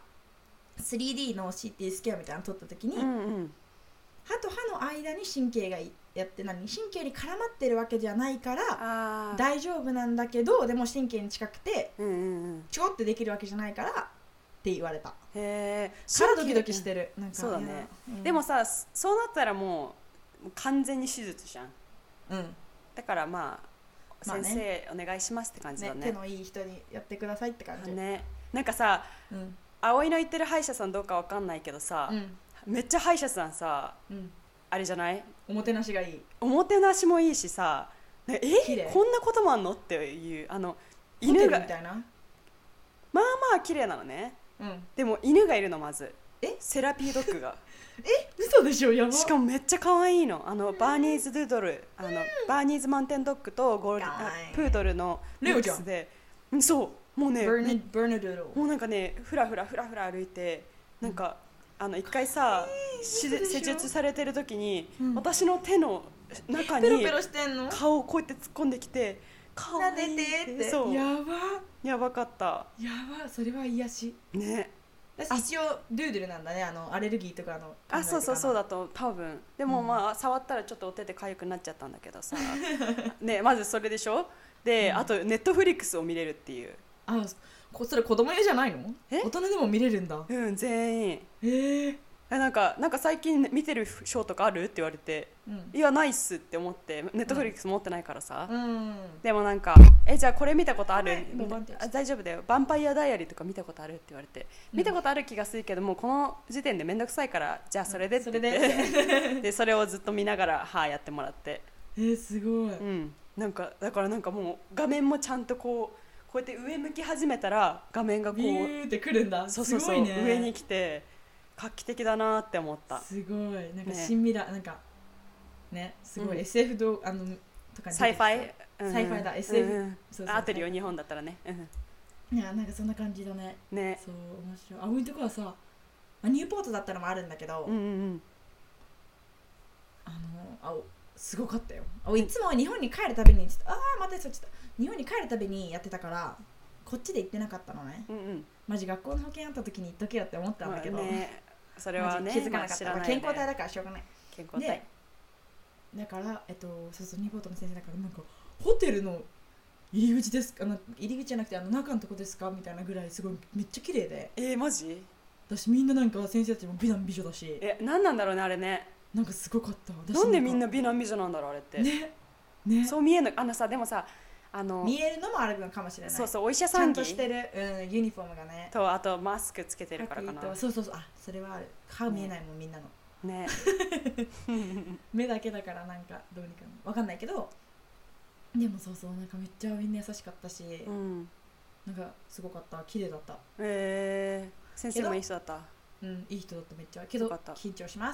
3D の CT スキャンみたいなの撮った時に、歯と歯の間に神経がやって神経に絡まってるわけじゃないから大丈夫なんだけどでも神経に近くてちょってできるわけじゃないからって言われた。からドキドキしてる。なんかそうだね、でもさそうなったらもう完全に手術じゃん、だからまあ先生お願いしますって感じだね。 手のいい人にやってくださいって感じね。なんかさ、葵の言ってる歯医者さんどうかわかんないけどさ、めっちゃ歯医者さんさ、あれじゃない？ おもてなしがいい。 おもてなしもいいしさ、こんなこともあんのっていう犬がみたいな。 まあまあ綺麗なのね。でも犬がいるのまず。セラピードッグが。 嘘でしょやば。 しかもめっちゃ可愛いの。バーニーズドゥードル、バーニーズマウンテンドッグとプードルのミックスで、そうもうね、もうなんかねフラフラ歩いてなんか。一回さ施術されてる時に、私の手の中に顔をこうやって突っ込んできて顔撫でてってそうやばかった。 それは癒しね。一応ドゥードルなんだね。アレルギーとかのそうだと多分。でもまあ、触ったらちょっとお手で痒くなっちゃったんだけどさね、まずそれでしょ。で、あとネットフリックスを見れるっていう。 それ子供用じゃないの？大人でも見れるんだ。 全員。なんか最近見てるショーとかあるって言われて、いやないっすって思って、ネットフリックス持ってないからさ、でもなんかじゃあこれ見たことある？大丈夫だよ。ヴァンパイアダイアリーとか見たことあるって言われて、見たことある気がするけどもこの時点でめんどくさいからじゃあそれでって言ってでそれをずっと見ながらやってもらって、 すごい。 なんかだからなんかもう画面もちゃんとこうやって上向き始めたら画面がこうビューってくるんだ。 そう上に来て画期的だなって思った。 すごいなんか新未来、なんかねすごい SF とかサイファイだ SF 合ってるよ日本だったらね。 いやなんかそんな感じだね。そう面白い。葵のとこはさニューポートだったのもあるんだけど、すごかったよ。いつも日本に帰るたびに日本に帰るたびにやってたからこっちで行ってなかったのね。マジ学校の保険あった時に行っとけよって思ったんだけど、 それはね気づかなかった。健康体だからしょうがない。 健康体だからニューポートの先生だからなんかホテルの入り口ですか、入り口じゃなくて中のとこですかみたいなぐらいすごいめっちゃ綺麗で。 マジ？ 私みんななんか先生たちも美男美女だし。 何なんだろうねあれね。 なんかすごかった。 なんでみんな美男美女なんだろうあれって。ね。そう見えるの。でもさ見えるのもあるのかもしれない。 そうお医者さんちゃんとしてる、ユニフォームがね。 とあとマスクつけてるからかな。 そうそれはある。顔見えないもんみんなの。 ね目だけだからなんかどうにかわかんないけど、でもそうそうなんかめっちゃみんな優しかったし、うん、なんかすごかった、綺麗だった。 先生もいい人だった。 うん、いい人だっためっちゃ。けど緊張します。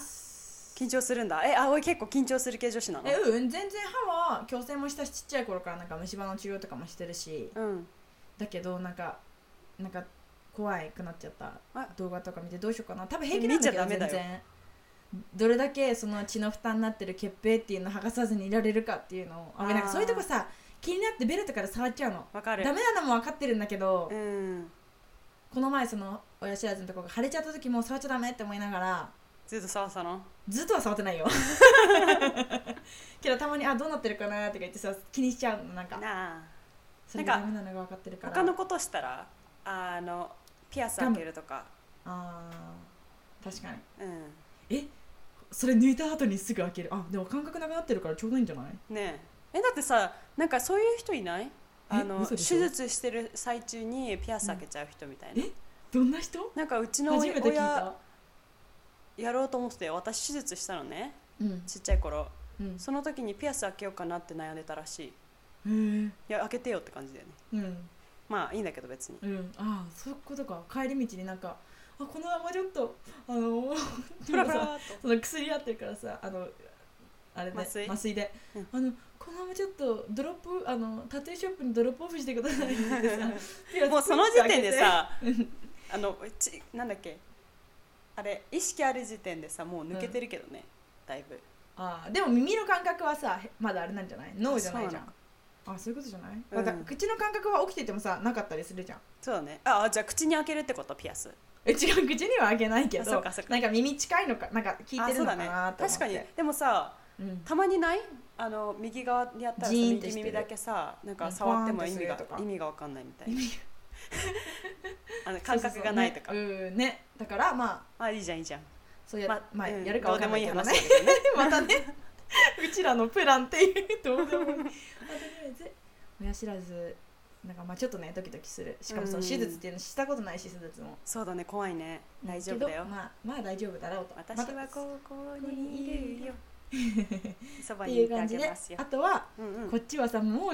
緊張するんだ。葵結構緊張する系女子なの？ 全然歯は矯正もしたし、ちっちゃい頃からなんか虫歯の治療とかもしてるし、うん、だけどなんか怖くなっちゃった動画とか見てどうしようかな。多分平気なんだけど全然どれだけその血の負担になってる血平っていうのを剥がさずにいられるかっていうのをなんかそういうとこさ気になってベルトから触っちゃうの。 わかる。 ダメなのも分かってるんだけど、うん、この前その親知らずのとこが腫れちゃった時も触っちゃダメって思いながらずっと触ったの？ ずっとは触ってないよけどたまにどうなってるかなとか言ってさ気にしちゃうの。なんかそれがダメなのが分かってるから。 他のことしたらピアス開けるとか。 確かに。それ抜いた後にすぐ開ける。でも感覚なくなってるからちょうどいいんじゃない？ ねえ。だってさなんかそういう人いない？手術してる最中にピアス開けちゃう人みたいな。 どんな人？ なんかうちの親やろうと思ってて、私手術したのね、ちっちゃい頃、その時にピアス開けようかなって悩んでたらしい。いや開けてよって感じだよね。まあいいんだけど別に。 そういうことか。帰り道になんかこのままちょっとプラプラその薬やってるからさあれね麻酔で、このままちょっとドロップタトゥーショップにドロップオフしてくださいってさもうその時点でさなんだっけあれ意識ある時点でさもう抜けてるけどね、だいぶ。 でも耳の感覚はさまだあれなんじゃない？脳じゃないじゃん。そういうことじゃない？だから口の感覚は起きててもさなかったりするじゃん。 そうだね。じゃあ口に開けるってこと？ピアス違う、口には開けないけどなんか耳近いのかなんか聞いてるのかなと思って。 確かに。でもさ、たまにない右側にやったら右耳だけさなんか触っても意味が分かんないみたいな感覚がないとかね。だからまあいいじゃんいいじゃん。 そうやるか分かんないけどね。 どうでもいい話だけどねまたねうちらのプランっていうどうでもいい。とりあえず親知らずなんかちょっとねドキドキする。しかもその手術っていうのしたことないし、手術も。 そうだね、怖いね。大丈夫だよ。 まあ大丈夫だろうと。 私はここにいるよそばにいてあげますよ。あとはこっちはさもう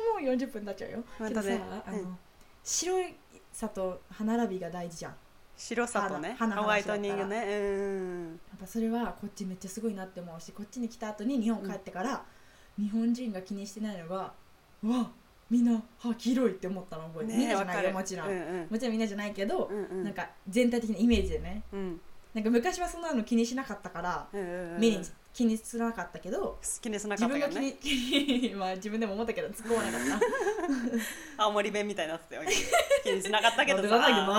40分経っちゃうよ。けどさ白さと歯並びが大事じゃん。 白さとね、ホワイトニングね。 やっぱそれはこっちめっちゃすごいなって思うし、こっちに来た後に日本帰ってから、日本人が気にしてないのがみんな歯黄色いって思ったの覚えてる。みんなじゃないよもちろん、もちろんみんなじゃないけど、なんか全体的なイメージでね、なんか昔はそんなの気にしなかったから、目に気にすらなかったけど、 気にしなかったよね。 自分でも思ったけど突っ込まなかった青森弁みたいになってたよ気にしなかったけどさ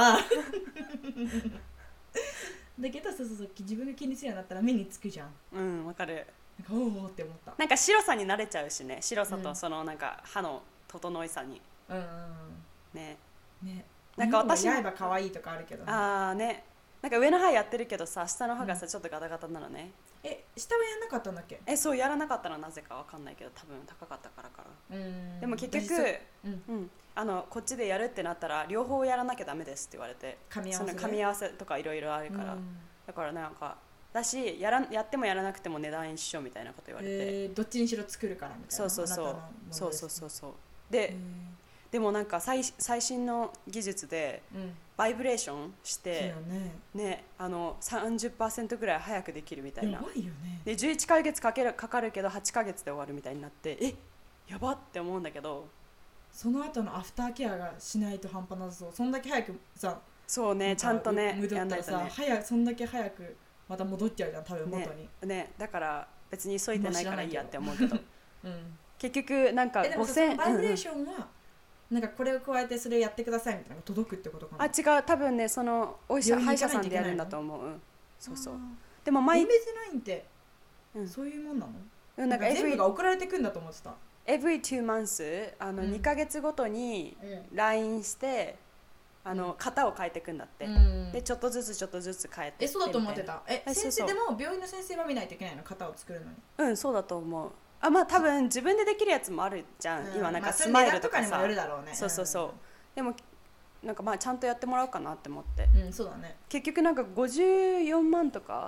だけどそう自分が気にするようになったら目につくじゃん。 わかる。 なんかおおって思った。 なんか白さに慣れちゃうしね。白さとそのなんか歯の整いさにね。 なんか私も刃可愛いとかあるけどね。なんか上の歯やってるけどさ、下の歯がさちょっとガタガタなのね。 下はやんなかったんだっけ？ そうやらなかったのはなぜかわかんないけど、多分高かったからかな。でも結局こっちでやるってなったら両方やらなきゃダメですって言われて、噛み合わせとかいろいろあるから、だからなんかだしやってもやらなくても値段一緒みたいなこと言われて、 どっちにしろ作るからみたいな。 そうでもなんか最新の技術でバイブレーションしてね、30% ぐらい早くできるみたいな。 やばいよね。 で11ヶ月かかるけど8ヶ月で終わるみたいになって、やばって思うんだけど、 その後のアフターケアがしないと半端なさそう。そんだけ早くさ、 そうね、ちゃんとねやんないとね、そんだけ早くまた戻っちゃうじゃん多分元にね。だから別に急いでないからいいやって思うけど結局なんか5000 バイブレーションはなんかこれを加えてそれをやってくださいみたいなのが届くってことかな。 違う、多分ねその歯医者さんでやるんだと思う。そうでもイメージラインってそういうもんなの？なんか全部が送られてくんだと思ってた。 Every 2 months 2ヶ月ごとに LINE して型を変えていくんだって。でちょっとずつ変えて。 そうだと思ってた。先生でも病院の先生は見ないといけないの、型を作るのに。 そうだと思う。まあ多分自分でできるやつもあるじゃん。今なんかスマイルとかさ。そうでもなんかちゃんとやってもらおうかなって思って。 そうだね。 結局なんか54万とか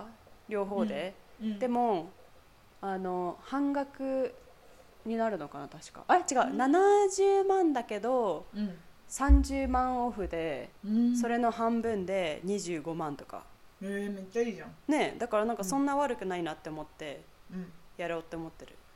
両方で、でも半額になるのかな確か。違う、70万だけど、30万オフで、それの半分で25万とか。 めっちゃいいじゃんね。だからなんかそんな悪くないなって思ってやろうって思ってる、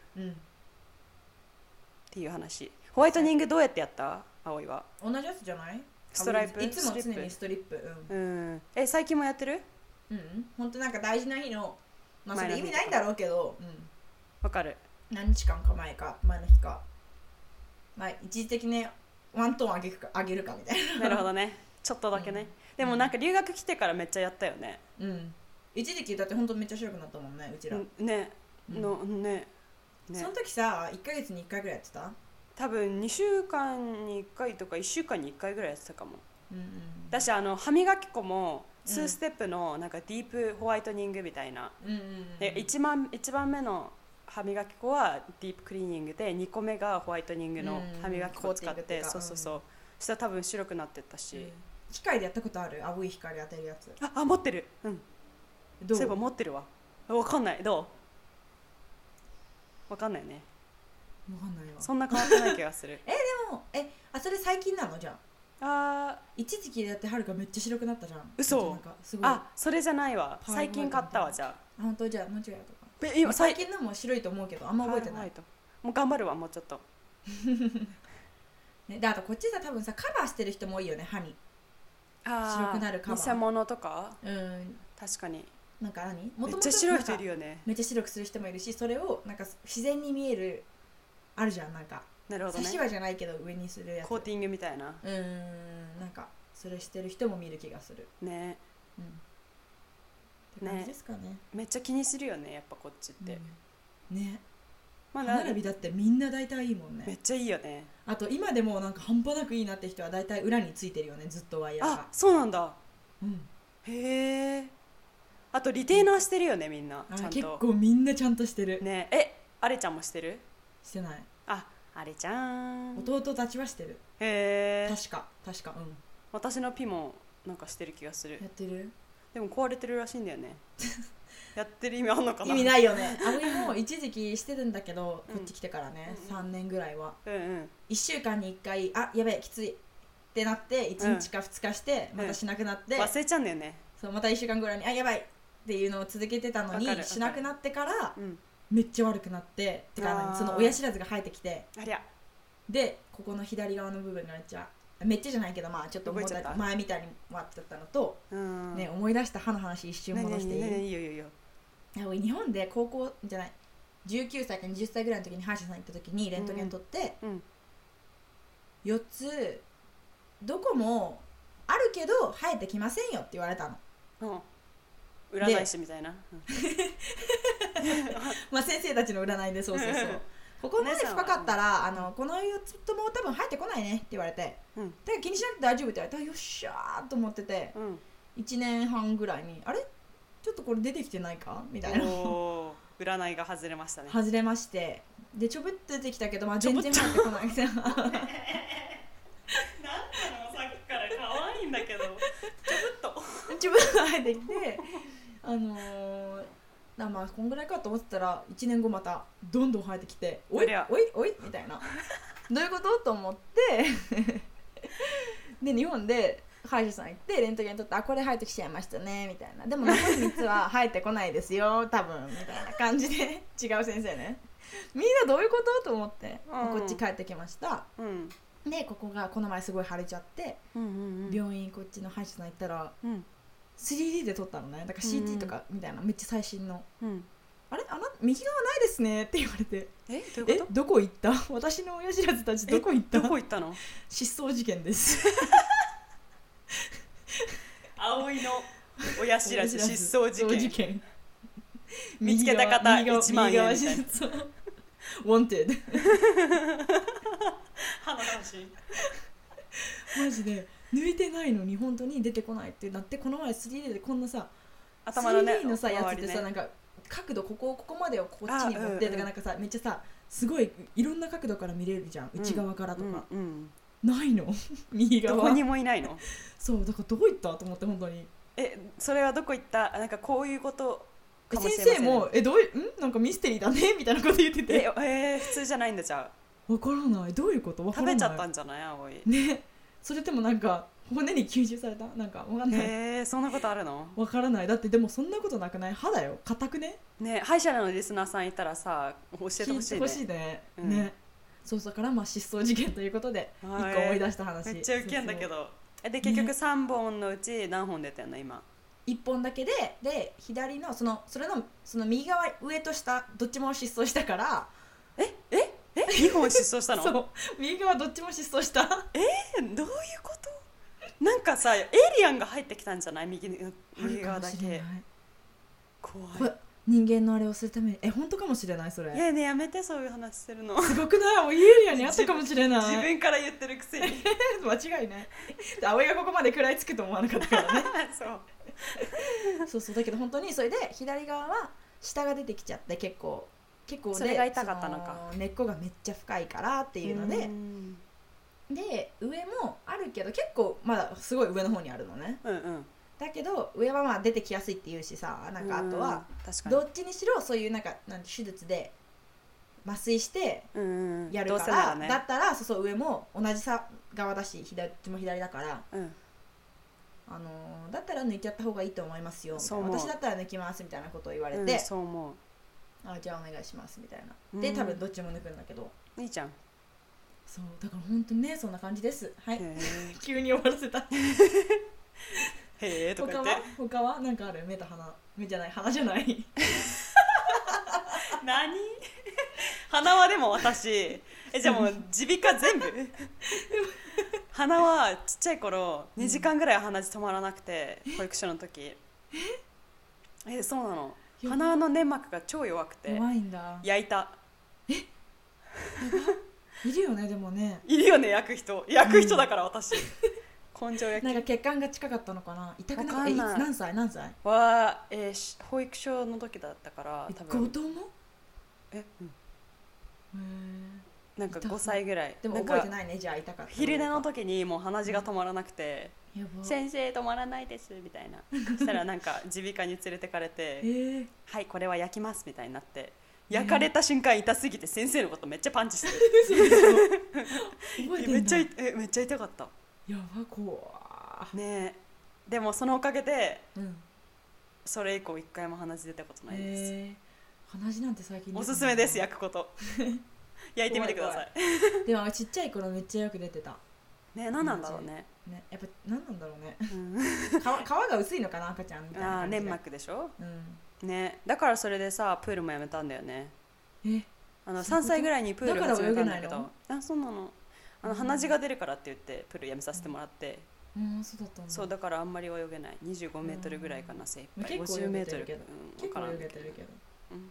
っていう話。ホワイトニングどうやってやった？葵は同じやつじゃない？ ストライプ？ いつも常にストリップ。 最近もやってる？ 本当なんか大事な日の、まあそれ意味ないんだろうけど、 わかる。 何日間か前の日か、まあ一時的にワントーン上げるかみたいな。 なるほどね。ちょっとだけね。でもなんか留学来てからめっちゃやったよね。 一時期だって本当めっちゃ白くなったもんね、うちら。 ね。 その時さ、1ヶ月に1回ぐらいやってた？ 多分2週間に1回とか1週間に1回ぐらいやってたかも。だし歯磨き粉も2ステップのなんかディープホワイトニングみたいな。1番目の歯磨き粉はディープクリーニングで、2個目がホワイトニングの歯磨き粉を使って、そうしたら多分白くなってったし。 機械でやったことある？青い光当てるやつ。 持ってる。そういえば持ってるわ。分かんない。どう？分かんないね。 分かんないわ。 そんな変わってない気がする。 でもそれ最近なの？じゃあ一時期でやってはるかめっちゃ白くなったじゃん。 嘘。それじゃないわ。最近買ったわ。じゃあ本当？じゃあ間違えたか。最近のも白いと思うけどあんま覚えてない。 もう頑張るわ、もうちょっと。 であとこっちさ、多分さカバーしてる人も多いよね、歯に。白くなるカバー。 偽物とか。確かに。 なんかめっちゃ白い人いるよね。 めっちゃ白くする人もいるし、それをなんか自然に見えるあるじゃん、なんか。 なるほどね。 差し歯じゃないけど上にするやつ。 コーティングみたいな。 なんかそれしてる人も見る気がするね。 って感じですかね。 めっちゃ気にするよね、やっぱこっちって。 ね。歯並びだってみんな大体いいもんね。 めっちゃいいよね。 あと今でもなんか半端なくいいなって人は大体裏についてるよね、ずっとワイヤーが。 そうなんだ。へえ。あとリテイナーしてるよね、みんなちゃんと。 結構みんなちゃんとしてるね。あれちゃんもしてる？ してない。 あれちゃん。 弟たちはしてる。 へえ。 確か私のピもなんかしてる気がする。 やってる？ でも壊れてるらしいんだよね。やってる意味あんのかな？ 意味ないよね。葵も一時期してるんだけど、こっち来てからね、3年ぐらいは、1週間に1回やべえきついってなって1日か2日してまたしなくなって、 忘れちゃうんだよね。 そう、また1週間ぐらいにやばいっていうのを続けてたのに、しなくなってからめっちゃ悪くなって、てかその親知らずが生えてきて、でここの左側の部分がめっちゃじゃないけど、まあちょっと前みたいに割っちゃったのと、ね、思い出した歯の話一瞬戻していい？いいよ。日本で高校じゃない19歳か20歳ぐらいの時に歯医者さん行った時にレントゲン取って、4つどこもあるけど生えてきませんよって言われたの。 占い師みたいな。 まあ先生たちの占いでそうここまで深かったらこの4つとも多分生えてこないねって言われて、だから気にしなくて大丈夫って言われたらよっしゃーと思ってて、1年半ぐらいにあれちょっとこれ出てきてないかみたいな。 占いが外れましたね。 外れまして、でちょぶっと出てきたけど、まあ、全然入ってこない。なんなのさっきから可愛いんだけどちょぶっと入ってきてまあこんぐらいかと思ってたら1年後またどんどん生えてきて、おいみたいなどういうことと思ってで日本で歯医者さん行ってレントゲン取ってこれ生えてきちゃいましたねみたいな、でも残り3つは生えてこないですよ多分みたいな感じで違う先生ね、みんなどういうことと思って、こっち帰ってきました、でここがこの前すごい腫れちゃって、病院こっちの歯医者さん行ったら、3D で撮ったのね、だから CT とかみたいな、めっちゃ最新の、あれ右側ないですねって言われて、 どういうこと？ どこ行った？私の親知らずたちどこ行った？ どこ行ったの？ 失踪事件です葵の親知らず失踪事件見つけた方1万円みたいな Wanted 歯の話マジで抜いてないのに本当に出てこないってなって、この前 3D でこんなさ頭のね 3D のさやつってさ、なんか角度ここまでをこっちに持ってとかなんかさ、めっちゃさすごいいろんな角度から見れるじゃん、内側からとか、ないの右側どこにもいないの。 そうだからどこ行ったと思って本当に。 それはどこ行った？なんかこういうこと先生もどういうなんかミステリーだねみたいなこと言ってて普通じゃないんだじゃあ分からないどういうこと分からない食べちゃったんじゃない葵ねそれでもなんか骨に吸収されたなんか分かんないそんなことあるの分からないだってでもそんなことなくない歯だよ硬くね歯医者のリスナーさんいたらさ教えてほしいね欲しいね、ねそうだから失踪事件ということで一個思い出した話めっちゃウケんだけどで結局3本のうち何本出てんの今 1本だけで左のその右側上と下どっちも失踪したから 2本失踪したのそう右側どっちも失踪したどういうことなんかさエイリアンが入ってきたんじゃない右側だけ怖い人間のあれをするために本当かもしれないそれねやめてそういう話するのすごくないもうエイリアンにあったかもしれない自分から言ってるくせに間違いない葵がここまで食らいつくと思わなかったからねそうだけど本当にそれで左側は下が出てきちゃって結構でそれが痛かったのか根っこがめっちゃ深いからっていうので上もあるけど結構まだすごい上の方にあるのね、だけど上はまあ出てきやすいっていうしさなんかあとはどっちにしろそういうなんか手術で麻酔してやるからだったらそう上も同じ側だしどっちも左だから、だったら抜いちゃった方がいいと思いますよみたいな私だったら抜きますみたいなことを言われて、 そう思うじゃあお願いしますみたいなで多分どっちも抜くんだけどいいじゃんそうだから本当にねそんな感じですはい急に終わらせたへーとか言って他はなんかある目じゃない鼻じゃない何鼻はでも私じゃあもう耳鼻科全部鼻はちっちゃい頃2時間ぐらい鼻血止まらなくて保育所の時そうなの鼻の粘膜が超弱くて弱いんだ焼いたいるよねでもねいるよね焼く人だから私根性焼きなんか血管が近かったのかな痛くなかった何歳は、保育所の時だったから多分子供なんか5歳ぐらいでも覚えてないねじゃあ痛かった昼寝の時にもう鼻血が止まらなくて先生止まらないですみたいなそしたらなんか耳鼻科に連れてかれてはいこれは焼きますみたいになって焼かれた瞬間痛すぎて先生のことめっちゃパンチしてめっちゃ痛かったやば怖ねでもそのおかげで、それ以降一回も鼻血出たことないです鼻血なんて最近おすすめです焼くこと焼いてみてくださいでもちっちゃい頃めっちゃよく出てたね何なんだろうねやっぱ何なんだろうね皮が薄いのかな赤ちゃんみたいな感じで粘膜でしょねだからそれでさプールもやめたんだよね3歳ぐらいにプール始めたんだけどそうなの鼻血が出るからって言ってプールやめさせてもらってそうだったんだそうだからあんまり泳げない25メートルぐらいかな精一杯 50メートル結構泳げてるけど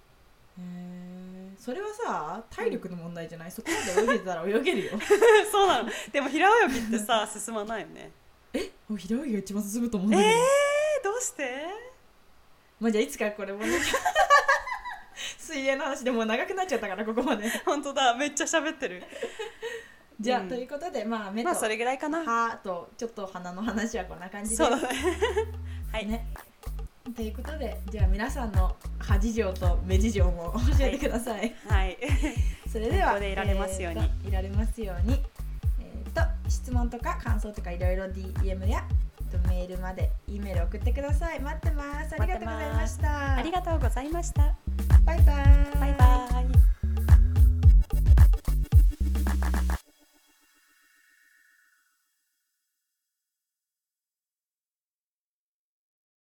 それはさ体力の問題じゃないそこまで泳げてたら泳げるよそうなのでも平泳ぎってさ進まないよね平泳ぎが一番進むと思うんだけどどうしてじゃあいつかこれもね水泳の話でもう長くなっちゃったからここまで本当だめっちゃ喋ってるじゃあ、ということで目とそれぐらいかな歯とちょっと鼻の話はこんな感じでそうだねはいねということでじゃあ皆さんの歯事情と目事情も教えてくださいはいそれではここでいられますようにいられますように質問とか感想とかいろいろ DM やメールまで E メール送ってください待ってますありがとうございましたありがとうございましたバイバイバイバイ